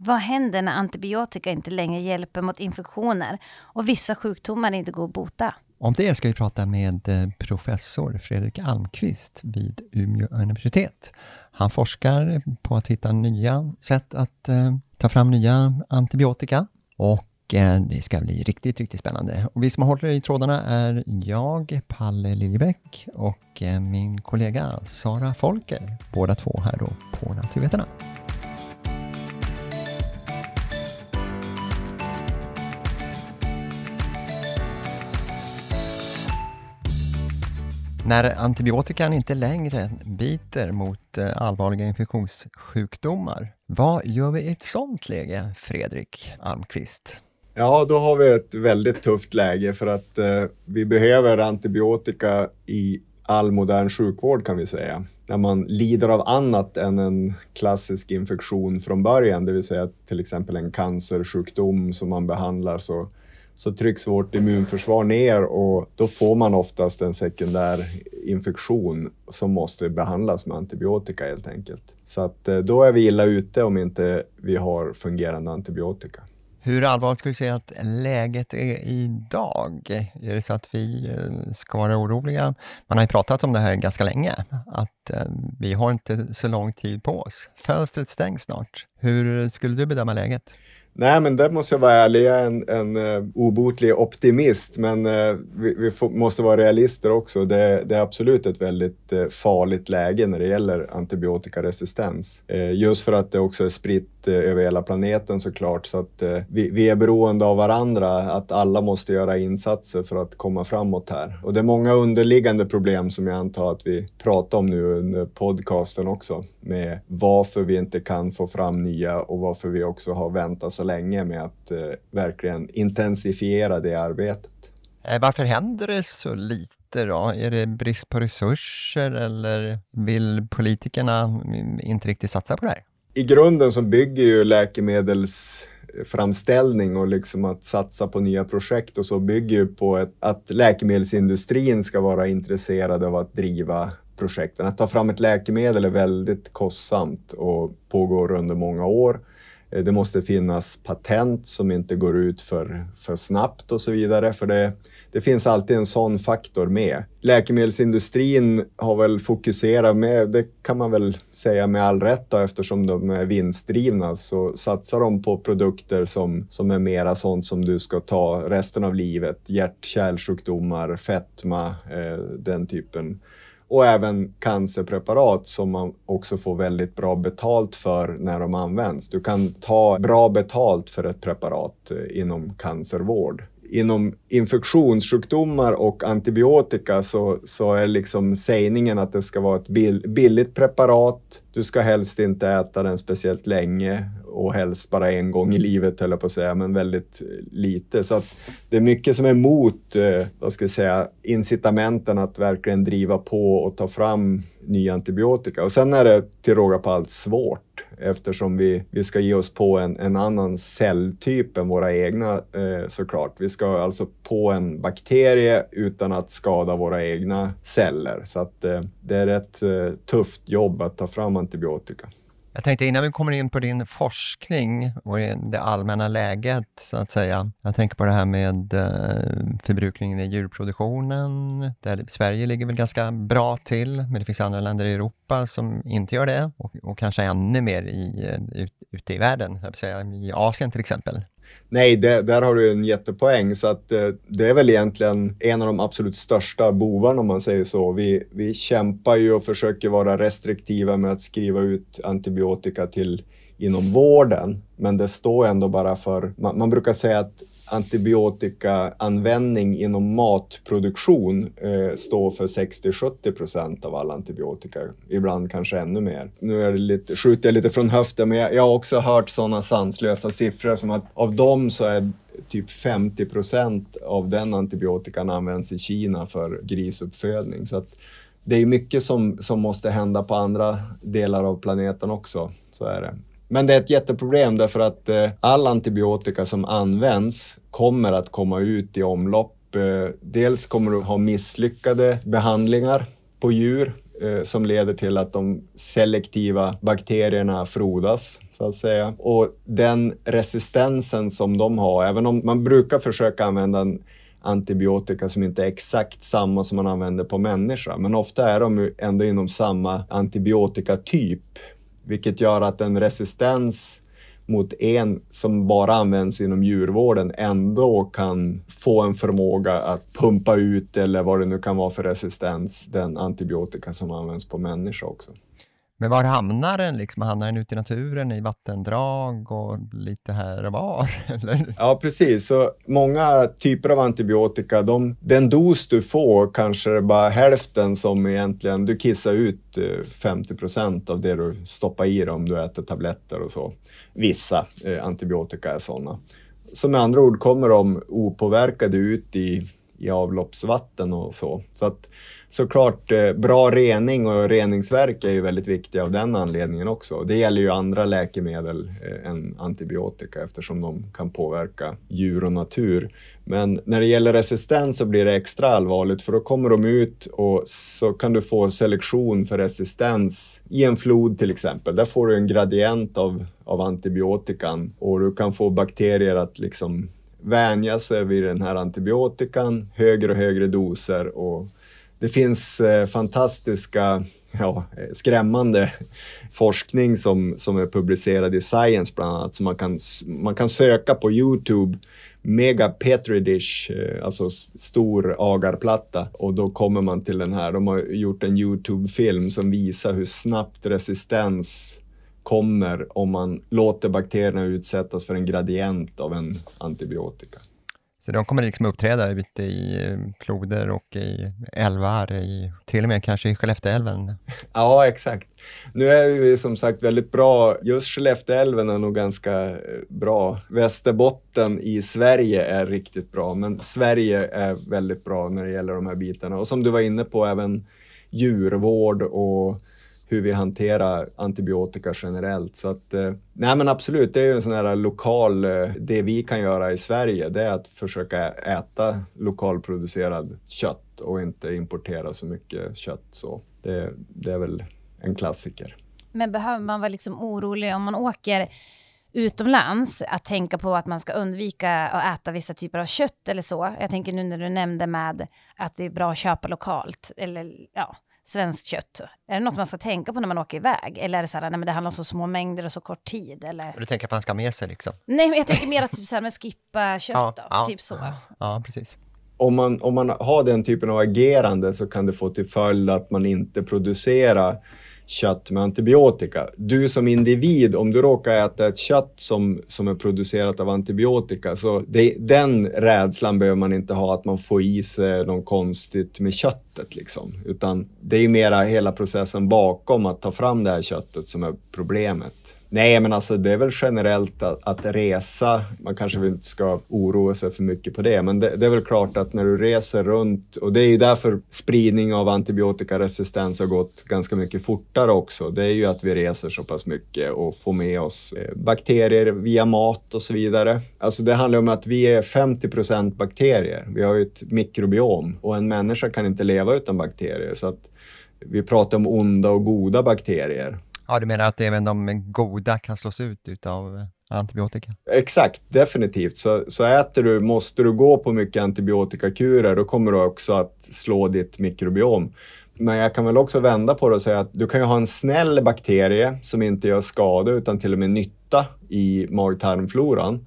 Vad händer när antibiotika inte längre hjälper mot infektioner och vissa sjukdomar inte går att bota? Om det ska vi prata med professor Fredrik Almqvist vid Umeå universitet. Han forskar på att hitta nya sätt att ta fram nya antibiotika. Och det ska bli riktigt, riktigt spännande. Och vi som håller i trådarna är jag, Palle Liljebäck, och min kollega Sara Folker. Båda två här då på Naturvetarna. När antibiotikan inte längre biter mot allvarliga infektionssjukdomar, vad gör vi i ett sånt läge, Fredrik Almqvist? Ja, då har vi ett väldigt tufft läge för att vi behöver antibiotika i all modern sjukvård kan vi säga. När man lider av annat än en klassisk infektion från början, det vill säga till exempel en cancersjukdom som man behandlar så trycks vårt immunförsvar ner och då får man oftast en sekundär infektion som måste behandlas med antibiotika helt enkelt. Så att då är vi illa ute om inte vi har fungerande antibiotika. Hur allvarligt skulle du säga att läget är idag? Är det så att vi ska vara oroliga? Man har ju pratat om det här ganska länge, att vi har inte så lång tid på oss. Fönstret stängs snart. Hur skulle du bedöma läget? Nej, men där måste jag vara ärlig. Jag är en obotlig optimist, men måste vara realister också. Det är absolut ett väldigt farligt läge när det gäller antibiotikaresistens. Just för att det också är spritt över hela planeten såklart, så att vi är beroende av varandra, att alla måste göra insatser för att komma framåt här. Och det är många underliggande problem som jag antar att vi pratar om nu under podcasten också, med varför vi inte kan få fram nya och varför vi också har väntat så länge med att verkligen intensifiera det arbetet. Varför händer det så lite då? Är det brist på resurser eller vill politikerna inte riktigt satsa på det här? I grunden så bygger ju läkemedelsframställning och liksom att satsa på nya projekt och så bygger ju på att läkemedelsindustrin ska vara intresserad av att driva projekten. Att ta fram ett läkemedel är väldigt kostsamt och pågår under många år. Det måste finnas patent som inte går ut för snabbt och så vidare, för det finns alltid en sån faktor med. Läkemedelsindustrin har väl fokuserat med, det kan man väl säga med all rätt då, eftersom de är vinstdrivna, så satsar de på produkter som är mera sånt som du ska ta resten av livet. Hjärt-kärlsjukdomar, fetma, den typen. Och även cancerpreparat som man också får väldigt bra betalt för när de används. Du kan ta bra betalt för ett preparat inom cancervård. Inom infektionssjukdomar och antibiotika så är liksom sägningen att det ska vara ett billigt preparat. Du ska helst inte äta den speciellt länge och helst bara en gång i livet, höll jag på att säga, men väldigt lite. Så att det är mycket som är emot incitamenten att verkligen driva på och ta fram ny antibiotika. Och sen är det till råga på allt svårt, eftersom vi ska ge oss på en annan celltyp än våra egna såklart. Vi ska alltså på en bakterie utan att skada våra egna celler. Så att det är ett tufft jobb att ta fram antibiotika. Jag tänkte innan vi kommer in på din forskning och det allmänna läget så att säga. Jag tänker på det här med förbrukningen i djurproduktionen. Där Sverige ligger väl ganska bra till, men det finns andra länder i Europa som inte gör det. Och kanske ännu mer ute i världen, jag vill säga, i Asien till exempel. Nej, där har du en jättepoäng, så att det är väl egentligen en av de absolut största bovarna om man säger så. Vi kämpar ju och försöker vara restriktiva med att skriva ut antibiotika inom vården, men det står ändå bara för, man brukar säga att antibiotikaanvändning inom matproduktion står för 60-70% av all antibiotika. Ibland kanske ännu mer. Nu är det skjuter jag lite från höften, men jag har också hört sådana sanslösa siffror som att av dem så är typ 50% av den antibiotikan används i Kina för grisuppfödning. Så att det är mycket som måste hända på andra delar av planeten också, så är det. Men det är ett jätteproblem därför att all antibiotika som används kommer att komma ut i omlopp. Dels kommer du ha misslyckade behandlingar på djur som leder till att de selektiva bakterierna frodas, så att säga. Och den resistensen som de har, även om man brukar försöka använda en antibiotika som inte är exakt samma som man använder på människa, men ofta är de ju ändå inom samma antibiotikatyp, vilket gör att en resistens mot en som bara används inom djurvården ändå kan få en förmåga att pumpa ut, eller vad det nu kan vara för resistens, den antibiotika som används på människa också. Men var hamnar den? Liksom, hamnar den ute i naturen, i vattendrag och lite här och var? Eller? Ja, precis. Så många typer av antibiotika, den dos du får kanske är bara hälften som egentligen, du kissar ut 50% av det du stoppar i dig om du äter tabletter och så. Vissa antibiotika är sådana. Så med andra ord kommer de opåverkade ut i avloppsvatten och så. Så att såklart bra rening och reningsverk är ju väldigt viktiga av den anledningen också. Det gäller ju andra läkemedel än antibiotika eftersom de kan påverka djur och natur. Men när det gäller resistens så blir det extra allvarligt, för då kommer de ut och så kan du få selektion för resistens i en flod till exempel. Där får du en gradient av antibiotikan och du kan få bakterier att liksom vänja sig vid den här antibiotikan, högre och högre doser, och det finns fantastiska, skrämmande forskning som är publicerad i Science bland annat. Så man kan söka på YouTube mega petri dish, alltså stor agarplatta, och då kommer man till den här. De har gjort en YouTube-film som visar hur snabbt resistens kommer om man låter bakterierna utsättas för en gradient av en antibiotika. Så de kommer liksom uppträda ute i floder och i älvar, till och med kanske i Skellefteälven. Ja, exakt. Nu är vi som sagt väldigt bra. Just Skellefteälven är nog ganska bra. Västerbotten i Sverige är riktigt bra, men Sverige är väldigt bra när det gäller de här bitarna. Och som du var inne på, även djurvård och hur vi hanterar antibiotika generellt. Så att, nej men absolut, det är ju en sån här lokal, det vi kan göra i Sverige, det är att försöka äta lokalproducerad kött och inte importera så mycket kött. Så det är väl en klassiker. Men behöver man vara liksom orolig om man åker utomlands att tänka på att man ska undvika att äta vissa typer av kött eller så? Jag tänker nu när du nämnde med att det är bra att köpa lokalt eller svenskt kött. Är det något man ska tänka på när man åker iväg? Eller är det så här, nej men det handlar om så små mängder och så kort tid? Eller? Du tänker att man ska ha med sig liksom? Nej, men jag tänker mer att typ så här med skippa kött typ så. Ja, precis. Om man har den typen av agerande så kan det få till följd att man inte producerar kött med antibiotika. Du som individ, om du råkar äta ett kött som är producerat av antibiotika, så den rädslan behöver man inte ha, att man får i sig något konstigt med köttet liksom. Utan det är mera hela processen bakom att ta fram det här köttet som är problemet. Nej, men alltså det är väl generellt att resa, man kanske inte ska oroa sig för mycket på det, men det är väl klart att när du reser runt, och det är ju därför spridning av antibiotikaresistens har gått ganska mycket fortare också, det är ju att vi reser så pass mycket och får med oss bakterier via mat och så vidare. Alltså det handlar om att vi är 50% bakterier, vi har ju ett mikrobiom och en människa kan inte leva utan bakterier, så att vi pratar om onda och goda bakterier. Ja, du menar att även de goda kan slås ut av antibiotika? Exakt, definitivt. Så måste du gå på mycket antibiotikakurer, då kommer du också att slå ditt mikrobiom. Men jag kan väl också vända på det och säga att du kan ju ha en snäll bakterie som inte gör skada utan till och med nytta i mag-tarmfloran.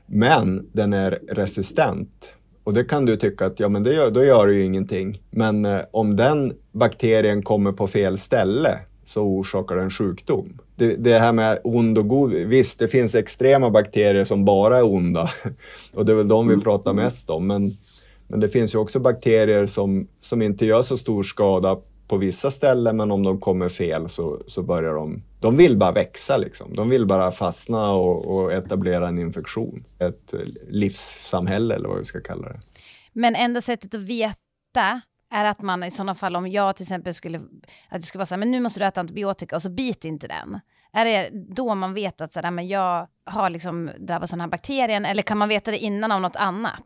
Men den är resistent. Och det kan du tycka att då gör det ju ingenting. Men om den bakterien kommer på fel ställe så orsakar den sjukdom. Det här med ond och god, visst det finns extrema bakterier som bara är onda. Och det är väl de vi pratar mest om. Men det finns ju också bakterier som inte gör så stor skada på vissa ställen, men om de kommer fel så börjar de vill bara växa liksom. De vill bara fastna och etablera en infektion. Ett livssamhälle eller vad vi ska kalla det. Men enda sättet att veta är att man i sådana fall, om jag till exempel att det skulle vara så här, men nu måste du äta antibiotika och så bit inte den. Är det då man vet att så där, men jag har liksom drabbats av den här bakterien, eller kan man veta det innan av något annat?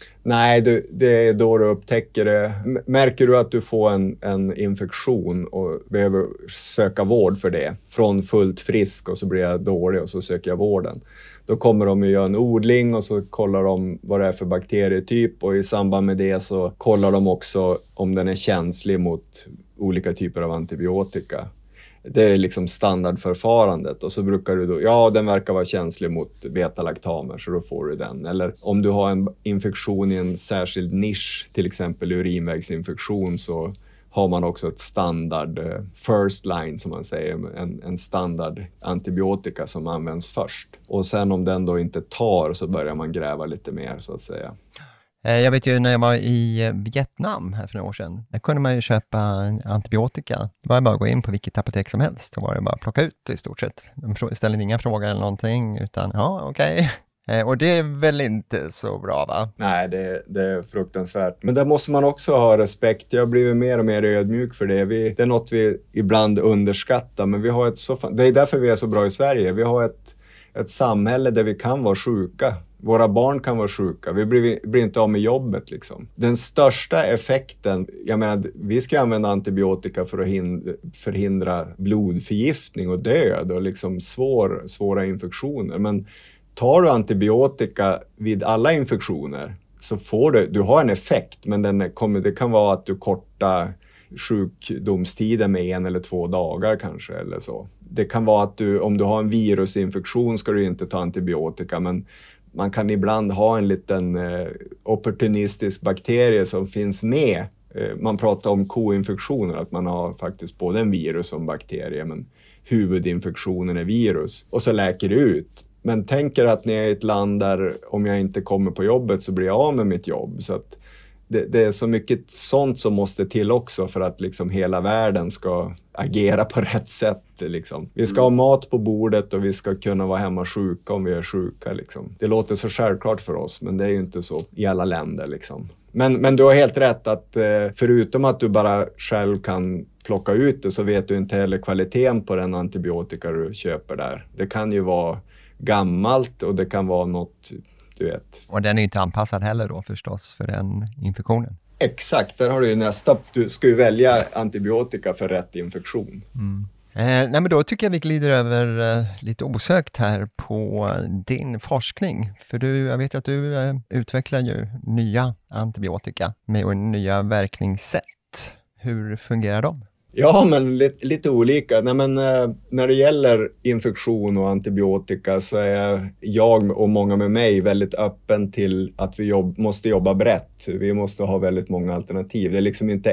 Nej, det är då du upptäcker det. Märker du att du får en infektion och behöver söka vård för det, från fullt frisk och så blir jag dålig och så söker jag vården. Då kommer de att göra en odling och så kollar de vad det är för bakterietyp, och i samband med det så kollar de också om den är känslig mot olika typer av antibiotika. Det är liksom standardförfarandet, och så brukar du då, den verkar vara känslig mot betalaktamer, så då får du den. Eller om du har en infektion i en särskild nisch, till exempel urinvägsinfektion, så har man också ett standard first line, som man säger, en standard antibiotika som används först. Och sen om den då inte tar, så börjar man gräva lite mer, så att säga. Jag vet ju när jag var i Vietnam här för några år sedan. Där kunde man ju köpa antibiotika. Det var bara att gå in på vilket apotek som helst. Då var det bara att plocka ut i stort sett. De ställde inga frågor eller någonting, utan okej. Och det är väl inte så bra, va? Nej, det är fruktansvärt. Men där måste man också ha respekt. Jag har blivit mer och mer ödmjuk för det. Det är något vi ibland underskattar, men vi har det är därför vi är så bra i Sverige. Vi har ett samhälle där vi kan vara sjuka. Våra barn kan vara sjuka. Vi blir inte av med jobbet liksom. Den största effekten, jag menar, vi ska använda antibiotika för att förhindra blodförgiftning och död och liksom svåra infektioner. Men tar du antibiotika vid alla infektioner så får du har en effekt, men det kan vara att du kortar sjukdomstiden med 1 eller 2 dagar kanske eller så. Det kan vara att om du har en virusinfektion ska du inte ta antibiotika, men man kan ibland ha en liten opportunistisk bakterie som finns med. Man pratar om koinfektioner, att man har faktiskt både en virus och en bakterie, men huvudinfektionen är virus. Och så läker det ut. Men tänker att ni är i ett land där om jag inte kommer på jobbet så blir jag av med mitt jobb. Så att det är så mycket sånt som måste till också för att liksom hela världen ska agera på rätt sätt. Liksom. Vi ska ha mat på bordet och vi ska kunna vara hemma sjuka om vi är sjuka. Liksom. Det låter så självklart för oss, men det är ju inte så i alla länder. Liksom. Men du har helt rätt att förutom att du bara själv kan plocka ut det, så vet du inte heller kvaliteten på den antibiotika du köper där. Det kan ju vara gammalt och det kan vara något, du vet. Och den är ju inte anpassad heller då förstås för den infektionen. Exakt, där har du ju nästa. Du ska ju välja antibiotika för rätt infektion. Nej, men då tycker jag vi glider över lite osökt här på din forskning. För jag vet att du utvecklar ju nya antibiotika med nya verkningssätt. Hur fungerar de? Ja, men lite olika. Nej, men, när det gäller infektion och antibiotika så är jag och många med mig väldigt öppen till att vi måste jobba brett. Vi måste ha väldigt många alternativ. Det är liksom inte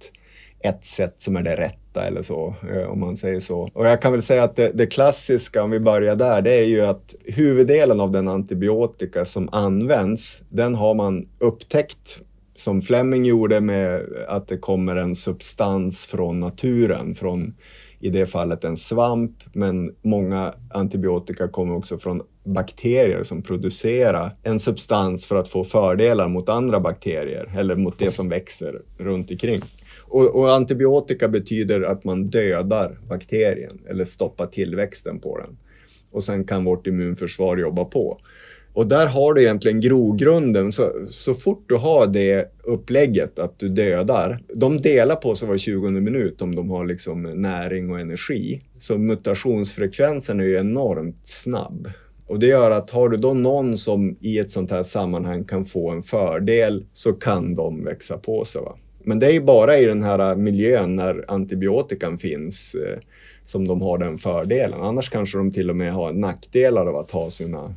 ett sätt som är det rätta eller så, om man säger så. Och jag kan väl säga att det klassiska, om vi börjar där, det är ju att huvuddelen av den antibiotika som används, den har man upptäckt som Fleming gjorde med att det kommer en substans från naturen, från i det fallet en svamp, men många antibiotika kommer också från bakterier som producerar en substans för att få fördelar mot andra bakterier eller mot det som växer runt omkring. Och antibiotika betyder att man dödar bakterien eller stoppar tillväxten på den. Och sen kan vårt immunförsvar jobba på. Och där har du egentligen grogrunden. Så fort du har det upplägget att du dödar. De delar på sig var 20 minut om de har liksom näring och energi. Så mutationsfrekvensen är ju enormt snabb. Och det gör att har du då någon som i ett sånt här sammanhang kan få en fördel, så kan de växa på sig, va? Men det är ju bara i den här miljön när antibiotikan finns som de har den fördelen. Annars kanske de till och med har nackdelar av att ha sina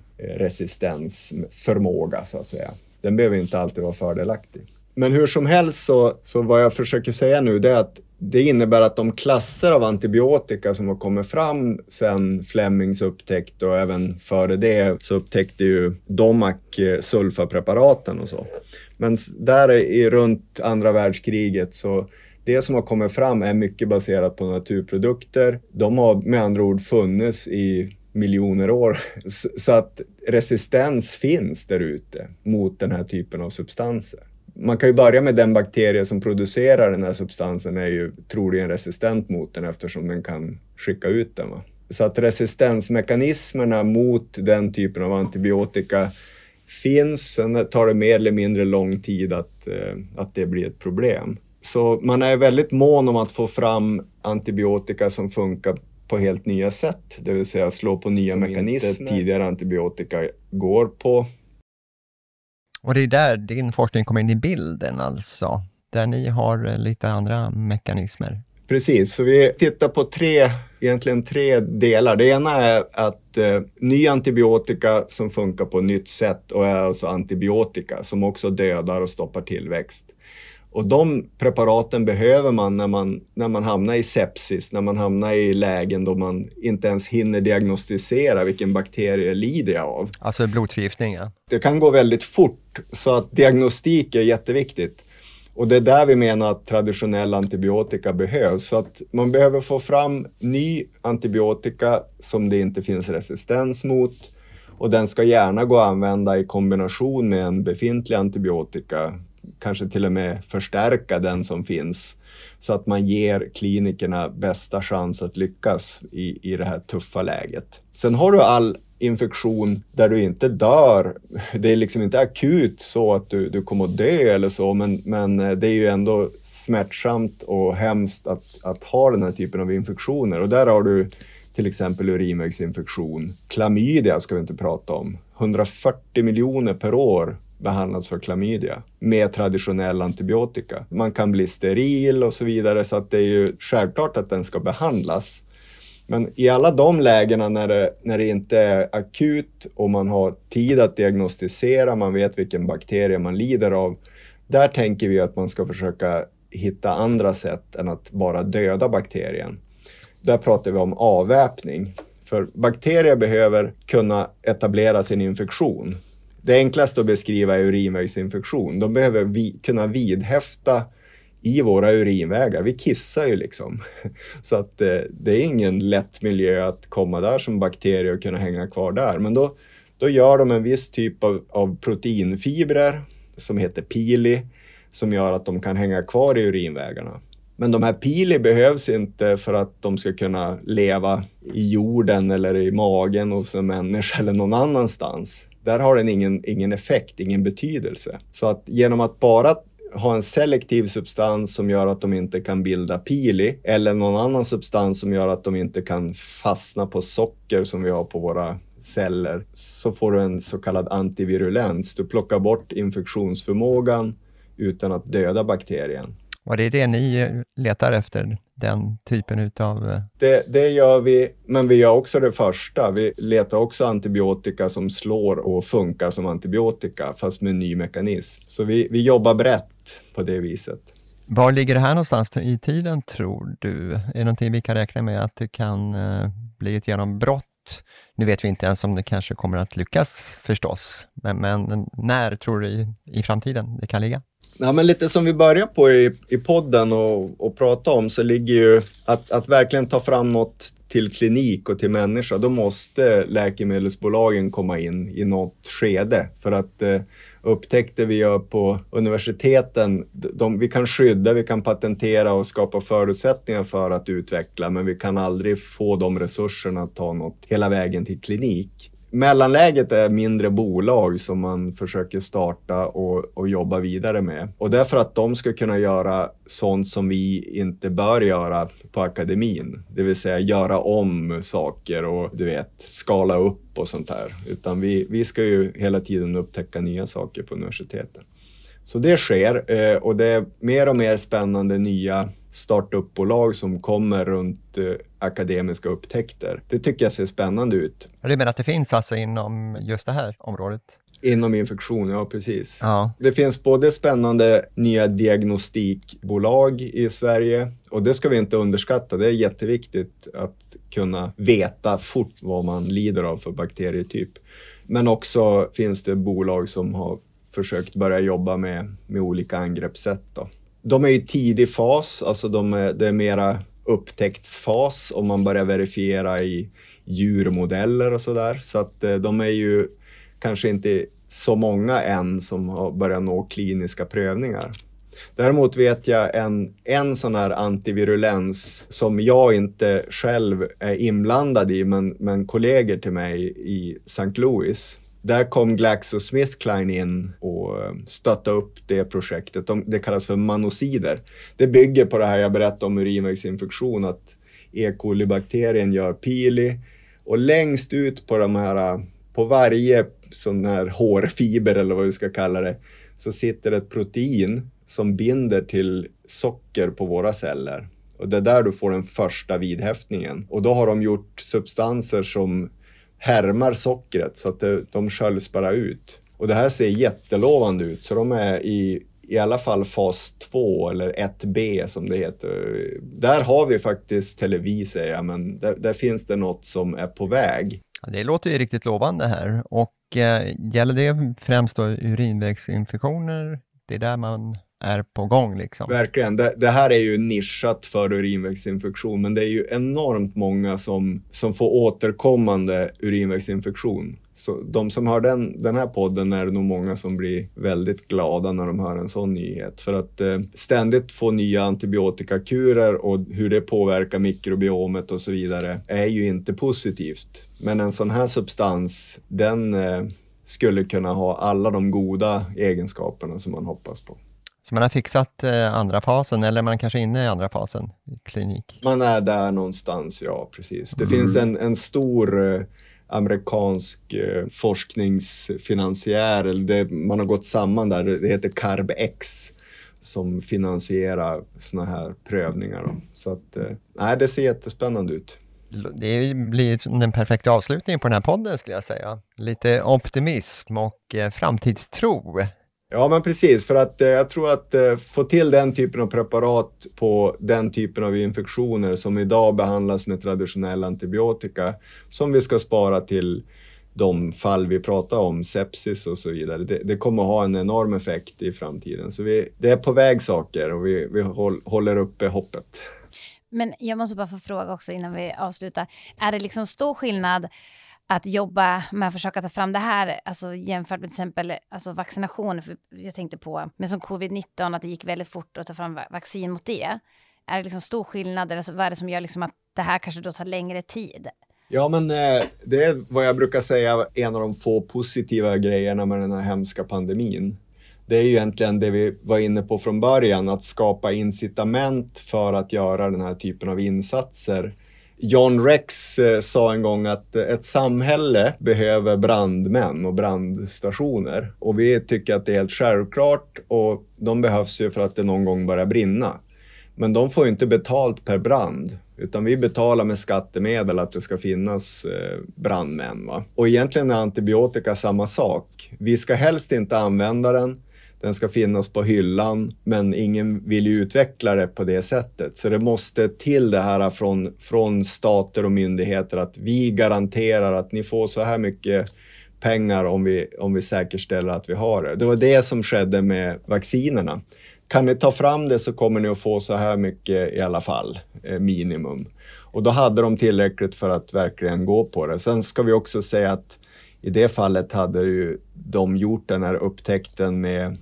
resistensförmåga, så att säga. Den behöver inte alltid vara fördelaktig. Men hur som helst så vad jag försöker säga nu, det är att det innebär att de klasser av antibiotika som har kommit fram sedan Flemings upptäckt, och även före det så upptäckte ju Domac sulfapreparaten och så. Men där runt andra världskriget, så det som har kommit fram är mycket baserat på naturprodukter. De har med andra ord funnits i miljoner år, så att resistens finns där ute mot den här typen av substanser. Man kan ju börja med den bakterie som producerar den här substansen är ju troligen resistent mot den, eftersom den kan skicka ut den, va? Så att resistensmekanismerna mot den typen av antibiotika finns, sen tar det mer eller mindre lång tid att det blir ett problem. Så man är väldigt mån om att få fram antibiotika som funkar på helt nya sätt, det vill säga slå på nya mekanismer tidigare antibiotika går på. Och det är där din forskning kommer in i bilden alltså, där ni har lite andra mekanismer. Precis, så vi tittar på egentligen tre delar. Det ena är att ny antibiotika som funkar på nytt sätt och är alltså antibiotika som också dödar och stoppar tillväxt. Och de preparaten behöver man när man hamnar i sepsis, när man hamnar i lägen då man inte ens hinner diagnostisera vilken bakterie lider jag av. Alltså blodförgiftning, ja. Det kan gå väldigt fort, så att diagnostik är jätteviktigt. Och det är där vi menar att traditionell antibiotika behövs. Så att man behöver få fram ny antibiotika som det inte finns resistens mot. Och den ska gärna gå att använda i kombination med en befintlig antibiotika. Kanske till och med förstärka den som finns. Så att man ger klinikerna bästa chans att lyckas i det här tuffa läget. Sen har du all infektion där du inte dör. Det är liksom inte akut så att du kommer att dö eller så, men det är ju ändå smärtsamt och hemskt att ha den här typen av infektioner. Och där har du till exempel urinvägsinfektion. Klamydia ska vi inte prata om. 140 miljoner per år behandlas för klamydia med traditionell antibiotika. Man kan bli steril och så vidare, så att det är ju självklart att den ska behandlas. Men i alla de lägena när det inte är akut och man har tid att diagnostisera, man vet vilken bakterie man lider av, där tänker vi att man ska försöka hitta andra sätt än att bara döda bakterien. Där pratar vi om avväpning. För bakterier behöver kunna etablera sin infektion. Det enklaste att beskriva är urinvägsinfektion. De behöver kunna vidhäfta i våra urinvägar. Vi kissar ju liksom. Så att det är ingen lätt miljö att komma där som bakterier och kunna hänga kvar där. Men då gör de en viss typ av proteinfibrer som heter pili, som gör att de kan hänga kvar i urinvägarna. Men de här pili behövs inte för att de ska kunna leva i jorden eller i magen hos en människa eller någon annanstans. Där har den ingen effekt, ingen betydelse. Så att genom att bara ha en selektiv substans som gör att de inte kan bilda pili, eller någon annan substans som gör att de inte kan fastna på socker som vi har på våra celler, så får du en så kallad antivirulens. Du plockar bort infektionsförmågan utan att döda bakterien. Och det är det ni letar efter, den typen utav... Det gör vi, men vi gör också det första. Vi letar också antibiotika som slår och funkar som antibiotika, fast med en ny mekanism. Så vi jobbar brett på det viset. Var ligger det här någonstans i tiden, tror du? Är det någonting vi kan räkna med att det kan bli ett genombrott? Nu vet vi inte ens om det kanske kommer att lyckas förstås. Men när tror du i framtiden det kan ligga? Ja, men lite som vi börjar på i podden och prata om, så ligger ju att verkligen ta fram något till klinik och till människa. Då måste läkemedelsbolagen komma in i något skede. För att upptäckter vi gör på universiteten, vi kan skydda, vi kan patentera och skapa förutsättningar för att utveckla, men vi kan aldrig få de resurserna att ta något hela vägen till klinik. Mellanläget är mindre bolag som man försöker starta och jobba vidare med. Och därför att de ska kunna göra sånt som vi inte bör göra på akademin. Det vill säga göra om saker och skala upp och sånt där. Utan vi ska ju hela tiden upptäcka nya saker på universiteten. Så det sker och det är mer och mer spännande nya startup-bolag som kommer runt akademiska upptäckter. Det tycker jag ser spännande ut. Du menar att det finns alltså inom just det här området? Inom infektion, ja precis. Ja. Det finns både spännande nya diagnostikbolag i Sverige, och det ska vi inte underskatta. Det är jätteviktigt att kunna veta fort vad man lider av för bakterietyp. Men också finns det bolag som har försökt börja jobba med olika angreppssätt då. De är i tidig fas, alltså det är mera upptäcktsfas om man börjar verifiera i djurmodeller och sådär. Så att de är ju kanske inte så många än som har börjat nå kliniska prövningar. Däremot vet jag en sån här antivirulens som jag inte själv är inblandad i, men kollegor till mig i St. Louis. Där kom GlaxoSmithKline in och stöttade upp det projektet. Det kallas för manosider. Det bygger på det här jag berättade om urinvägsinfektion, att E. coli-bakterien gör pili. Och längst ut på de här, på varje sån här hårfiber eller vad vi ska kalla det, så sitter ett protein som binder till socker på våra celler. Och det är där du får den första vidhäftningen. Och då har de gjort substanser som härmar sockret så att de sköljs bara ut. Och det här ser jättelovande ut. Så de är i alla fall fas 2 eller 1B som det heter. Där har vi faktiskt televis, säger jag, men där finns det något som är på väg. Det låter ju riktigt lovande här. Och gäller det främst då urinvägsinfektioner? Det är där man är på gång liksom. Verkligen. Det här är ju nischat för urinvägsinfektion, men det är ju enormt många som får återkommande urinvägsinfektion. Så de som hör den här podden är det nog många som blir väldigt glada när de hör en sån nyhet. För att ständigt få nya antibiotikakurer och hur det påverkar mikrobiomet och så vidare är ju inte positivt. Men en sån här substans, den skulle kunna ha alla de goda egenskaperna som man hoppas på. Så man har fixat andra fasen, eller man kanske är inne i andra fasen i klinik? Man är där någonstans, ja precis. Det finns en stor amerikansk forskningsfinansiär, man har gått samman där, det heter CarbX, som finansierar såna här prövningar. Då. Så att, det ser jättespännande ut. Det blir den perfekta avslutningen på den här podden skulle jag säga. Lite optimism och framtidstro. Ja, men precis. För att jag tror att få till den typen av preparat på den typen av infektioner som idag behandlas med traditionell antibiotika, som vi ska spara till de fall vi pratar om, sepsis och så vidare. Det kommer att ha en enorm effekt i framtiden. Så det är på väg saker och vi håller uppe hoppet. Men jag måste bara få fråga också innan vi avslutar. Är det liksom stor skillnad att jobba med att försöka ta fram det här, alltså jämfört med till exempel alltså vaccination, för jag tänkte på, men som covid-19, att det gick väldigt fort att ta fram vaccin mot det. Är det liksom stor skillnad, eller vad är det som gör liksom att det här kanske då tar längre tid? Ja, men det är vad jag brukar säga en av de få positiva grejerna med den här hemska pandemin. Det är ju egentligen det vi var inne på från början, att skapa incitament för att göra den här typen av insatser. John Rex sa en gång att ett samhälle behöver brandmän och brandstationer. Och vi tycker att det är helt självklart, och de behövs ju för att det någon gång börjar brinna. Men de får ju inte betalt per brand, utan vi betalar med skattemedel att det ska finnas brandmän. Va? Och egentligen är antibiotika samma sak. Vi ska helst inte använda den. Den ska finnas på hyllan, men ingen vill ju utveckla det på det sättet. Så det måste till det här från stater och myndigheter, att vi garanterar att ni får så här mycket pengar om vi säkerställer att vi har det. Det var det som skedde med vaccinerna. Kan ni ta fram det så kommer ni att få så här mycket i alla fall, minimum. Och då hade de tillräckligt för att verkligen gå på det. Sen ska vi också säga att i det fallet hade ju de gjort den här upptäckten med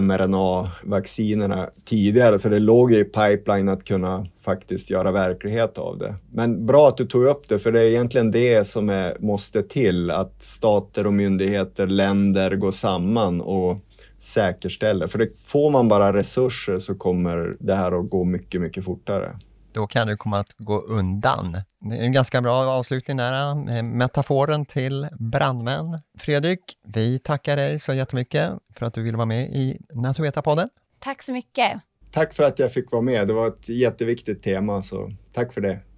mRNA-vaccinerna tidigare. Så det låg i pipeline att kunna faktiskt göra verklighet av det. Men bra att du tog upp det, för det är egentligen det som måste till. Att stater och myndigheter, länder går samman och säkerställer. För får man bara resurser så kommer det här att gå mycket, mycket fortare. Då kan det komma att gå undan. Det är en ganska bra avslutning där, metaforen till brandmän. Fredrik, vi tackar dig så jättemycket för att du ville vara med i Naturveta-podden. Tack så mycket. Tack för att jag fick vara med. Det var ett jätteviktigt tema, så tack för det.